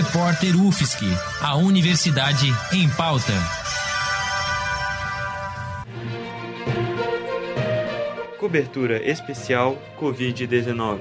Repórter UFSC, a Universidade em Pauta. Cobertura especial Covid-19.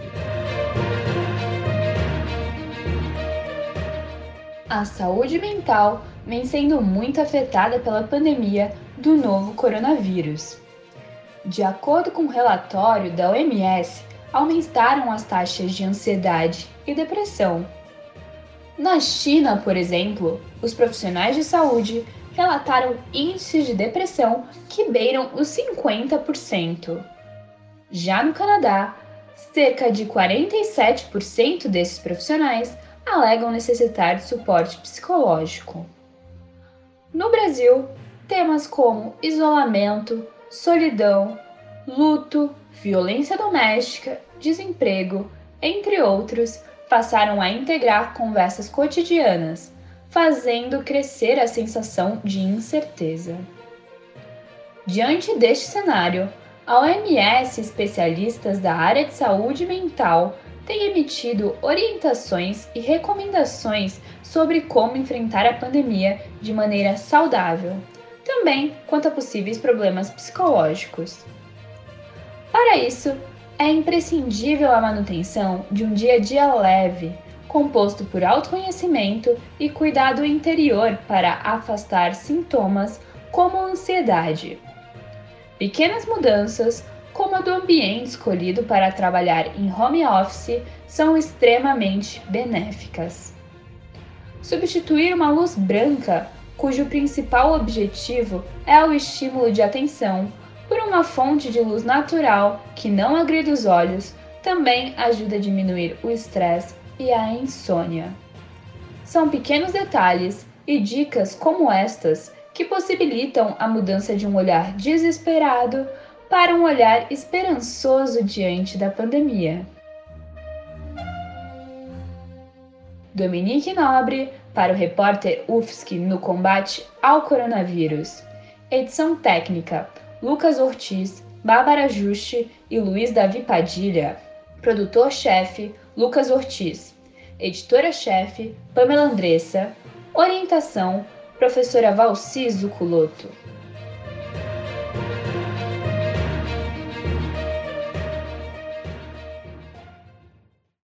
A saúde mental vem sendo muito afetada pela pandemia do novo coronavírus. De acordo com um relatório da OMS, aumentaram as taxas de ansiedade e depressão. Na China, por exemplo, os profissionais de saúde relataram índices de depressão que beiram os 50%. Já no Canadá, cerca de 47% desses profissionais alegam necessitar de suporte psicológico. No Brasil, temas como isolamento, solidão, luto, violência doméstica, desemprego, entre outros, passaram a integrar conversas cotidianas, fazendo crescer a sensação de incerteza. Diante deste cenário, a OMS e especialistas da área de saúde mental têm emitido orientações e recomendações sobre como enfrentar a pandemia de maneira saudável, também quanto a possíveis problemas psicológicos. Para isso, é imprescindível a manutenção de um dia a dia leve, composto por autoconhecimento e cuidado interior para afastar sintomas como a ansiedade. Pequenas mudanças, como a do ambiente escolhido para trabalhar em home office, são extremamente benéficas. Substituir uma luz branca, cujo principal objetivo é o estímulo de atenção, por uma fonte de luz natural que não agride os olhos, também ajuda a diminuir o estresse e a insônia. São pequenos detalhes e dicas como estas que possibilitam a mudança de um olhar desesperado para um olhar esperançoso diante da pandemia. Dominique Nobre, para o repórter UFSC no combate ao coronavírus. Edição técnica, Lucas Ortiz, Bárbara Juste e Luiz Davi Padilha. Produtor-chefe, Lucas Ortiz. Editora-chefe, Pamela Andressa. Orientação, professora Valci Zuculoto.